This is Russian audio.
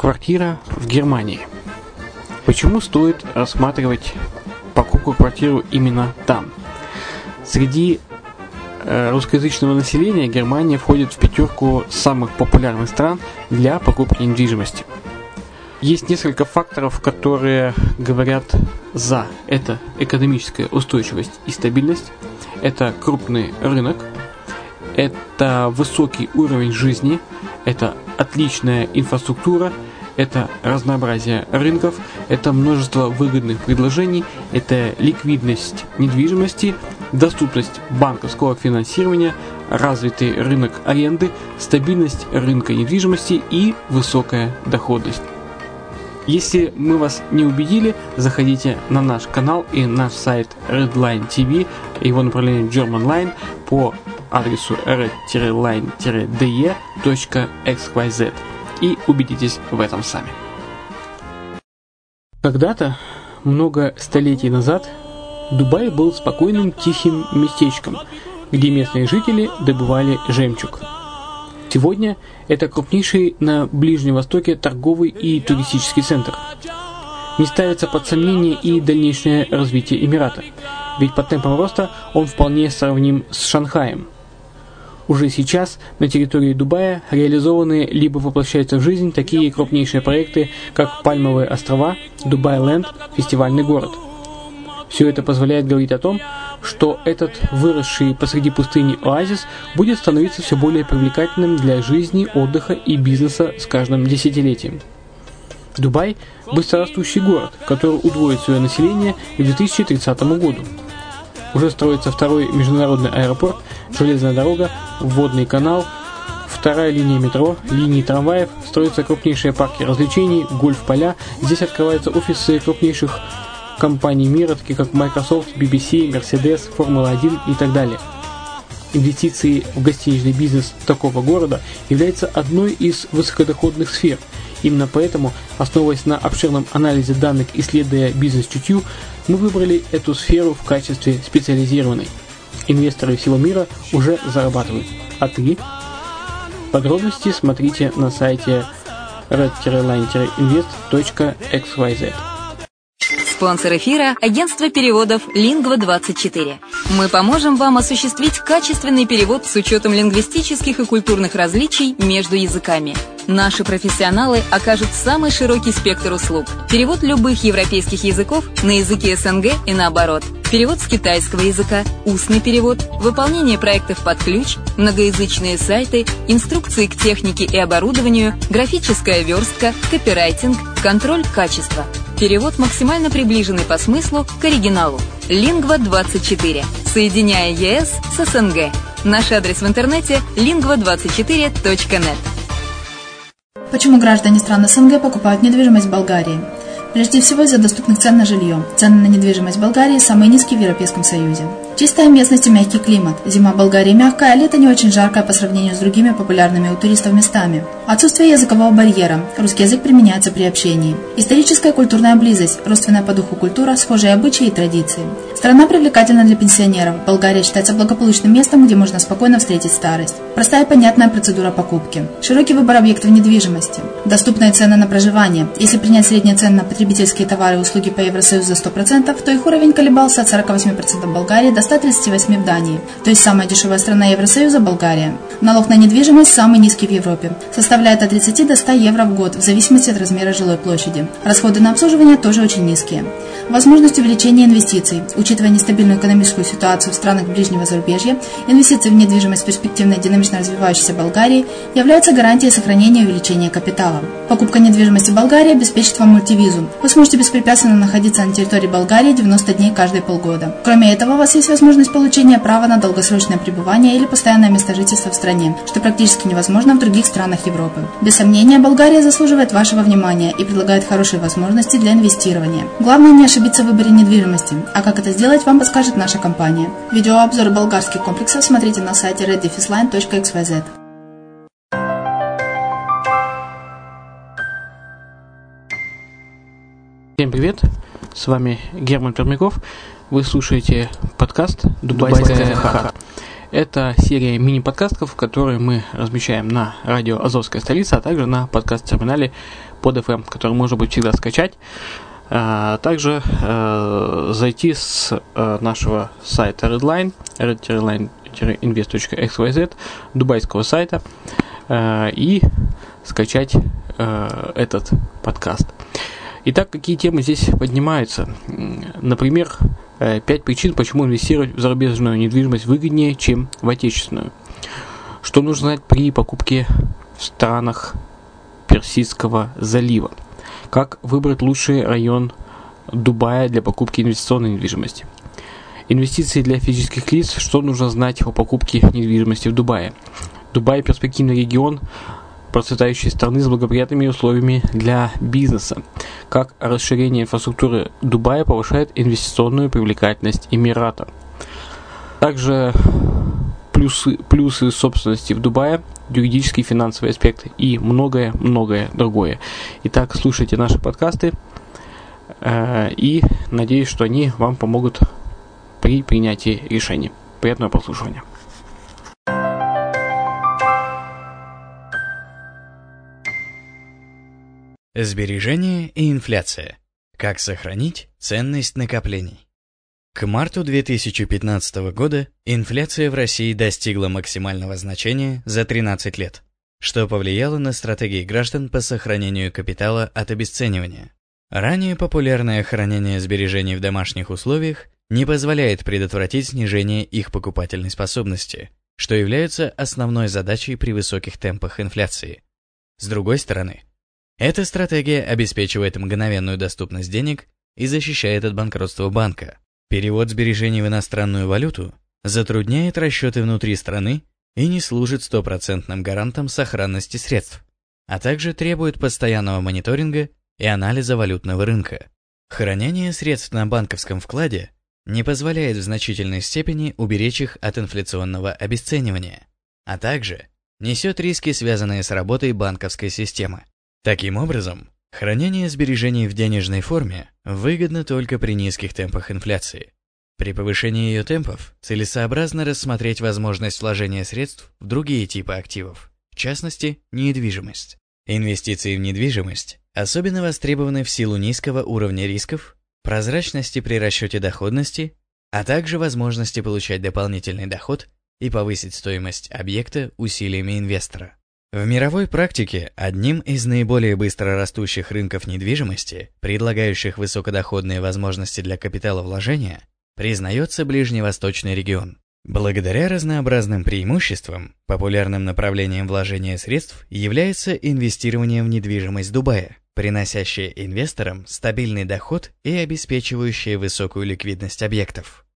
Квартира в Германии. Почему стоит рассматривать покупку квартиры именно там? Среди русскоязычного населения Германия входит в пятерку самых популярных стран для покупки недвижимости. Есть несколько факторов, которые говорят за. Это экономическая устойчивость и стабильность, это крупный рынок, это высокий уровень жизни, это отличная инфраструктура, это разнообразие рынков, это множество выгодных предложений, это ликвидность недвижимости, доступность банковского финансирования, развитый рынок аренды, стабильность рынка недвижимости и высокая доходность. Если мы вас не убедили, заходите на наш канал и наш сайт Redline TV, его направление German Line по адресу red-line-de.xyz и убедитесь в этом сами. Когда-то, много столетий назад, Дубай был спокойным тихим местечком, где местные жители добывали жемчуг. Сегодня это крупнейший на Ближнем Востоке торговый и туристический центр. Не ставится под сомнение и дальнейшее развитие Эмирата, ведь по темпам роста он вполне сравним с Шанхаем. Уже сейчас на территории Дубая реализованы либо воплощаются в жизнь такие крупнейшие проекты, как Пальмовые острова, Дубай-Ленд, фестивальный город. Все это позволяет говорить о том, что этот выросший посреди пустыни оазис будет становиться все более привлекательным для жизни, отдыха и бизнеса с каждым десятилетием. Дубай – быстрорастущий город, который удвоит свое население к 2030 году. Уже строится второй международный аэропорт, железная дорога, водный канал, вторая линия метро, линии трамваев, строятся крупнейшие парки развлечений, гольф-поля. Здесь открываются офисы крупнейших компаний мира, таких как Microsoft, BBC, Mercedes, Формула-1 и так далее. Инвестиции в гостиничный бизнес такого города являются одной из высокодоходных сфер. Именно поэтому, основываясь на обширном анализе данных, исследуя бизнес-чутью, мы выбрали эту сферу в качестве специализированной. Инвесторы всего мира уже зарабатывают. А ты? Подробности смотрите на сайте red-line-invest.xyz. Спонсор эфира – агентство переводов Lingva24. Мы поможем вам осуществить качественный перевод с учетом лингвистических и культурных различий между языками. Наши профессионалы окажут самый широкий спектр услуг. Перевод любых европейских языков на языки СНГ и наоборот. Перевод с китайского языка, устный перевод, выполнение проектов под ключ, многоязычные сайты, инструкции к технике и оборудованию, графическая верстка, копирайтинг, контроль качества. Перевод максимально приближенный по смыслу к оригиналу. Lingva24. Соединяя ЕС с СНГ. Наш адрес в интернете lingva24.net. Почему граждане стран СНГ покупают недвижимость в Болгарии? Прежде всего из-за доступных цен на жилье. Цены на недвижимость в Болгарии самые низкие в Европейском Союзе. Чистая местность и мягкий климат. Зима в Болгарии мягкая, а лето не очень жаркое по сравнению с другими популярными у туристов местами. Отсутствие языкового барьера. Русский язык применяется при общении. Историческая и культурная близость. Родственная по духу культура, схожие обычаи и традиции. Страна привлекательна для пенсионеров. Болгария считается благополучным местом, где можно спокойно встретить старость. Простая и понятная процедура покупки. Широкий выбор объектов недвижимости. Доступные цены на проживание. Если принять средние цены на потребительские товары и услуги по Евросоюзу за 100%, то их уровень колебался от 48% в Болгарии до 138% в Дании. То есть самая дешевая страна Евросоюза – Болгария. Налог на недвижимость самый низкий в Европе. Составляет от 30 до 100 евро в год, в зависимости от размера жилой площади. Расходы на обслуживание тоже очень низкие. Возможность увеличения инвестиций. Учитывая нестабильную экономическую ситуацию в странах ближнего зарубежья, инвестиции в недвижимость в перспективной динамично развивающейся Болгарии являются гарантией сохранения и увеличения капитала. Покупка недвижимости в Болгарии обеспечит вам мультивизу. Вы сможете беспрепятственно находиться на территории Болгарии 90 дней каждые полгода. Кроме этого, у вас есть возможность получения права на долгосрочное пребывание или постоянное место жительства в стране, что практически невозможно в других странах Европы. Без сомнения, Болгария заслуживает вашего внимания и предлагает хорошие возможности для инвестирования. Главное не ошибиться в выборе недвижимости, а как это сделать, вам подскажет наша компания. Видеообзор болгарских комплексов смотрите на сайте red-line.xyz. Всем привет, с вами Герман Пермяков, вы слушаете подкаст «Дубайская хата». Это серия мини-подкастов, которые мы размещаем на радио «Азовская столица», а также на подкаст-терминале под FM, который можно будет всегда скачать. Также зайти с нашего сайта Redline, red-invest.xyz, дубайского сайта, и скачать этот подкаст. Итак, какие темы здесь поднимаются? Например, 5 причин, почему инвестировать в зарубежную недвижимость выгоднее, чем в отечественную. Что нужно знать при покупке в странах Персидского залива. Как выбрать лучший район Дубая для покупки инвестиционной недвижимости. Инвестиции для физических лиц. Что нужно знать о покупке недвижимости в Дубае. Дубай – перспективный регион процветающей страны с благоприятными условиями для бизнеса. Как расширение инфраструктуры Дубая повышает инвестиционную привлекательность Эмирата. Также плюсы собственности в Дубае, юридический и финансовый аспект и многое-многое другое. Итак, слушайте наши подкасты и надеюсь, что они вам помогут при принятии решений. Приятного прослушивания. Сбережения и инфляция. Как сохранить ценность накоплений? К марту 2015 года инфляция в России достигла максимального значения за 13 лет, что повлияло на стратегии граждан по сохранению капитала от обесценивания. Ранее популярное хранение сбережений в домашних условиях не позволяет предотвратить снижение их покупательной способности, что является основной задачей при высоких темпах инфляции. С другой стороны, эта стратегия обеспечивает мгновенную доступность денег и защищает от банкротства банка. Перевод сбережений в иностранную валюту затрудняет расчеты внутри страны и не служит стопроцентным гарантом сохранности средств, а также требует постоянного мониторинга и анализа валютного рынка. Хранение средств на банковском вкладе не позволяет в значительной степени уберечь их от инфляционного обесценивания, а также несет риски, связанные с работой банковской системы. Таким образом, хранение сбережений в денежной форме выгодно только при низких темпах инфляции. При повышении ее темпов целесообразно рассмотреть возможность вложения средств в другие типы активов, в частности, недвижимость. Инвестиции в недвижимость особенно востребованы в силу низкого уровня рисков, прозрачности при расчете доходности, а также возможности получать дополнительный доход и повысить стоимость объекта усилиями инвестора. В мировой практике одним из наиболее быстро растущих рынков недвижимости, предлагающих высокодоходные возможности для капиталовложения, признается Ближневосточный регион. Благодаря разнообразным преимуществам, популярным направлением вложения средств является инвестирование в недвижимость Дубая, приносящее инвесторам стабильный доход и обеспечивающее высокую ликвидность объектов.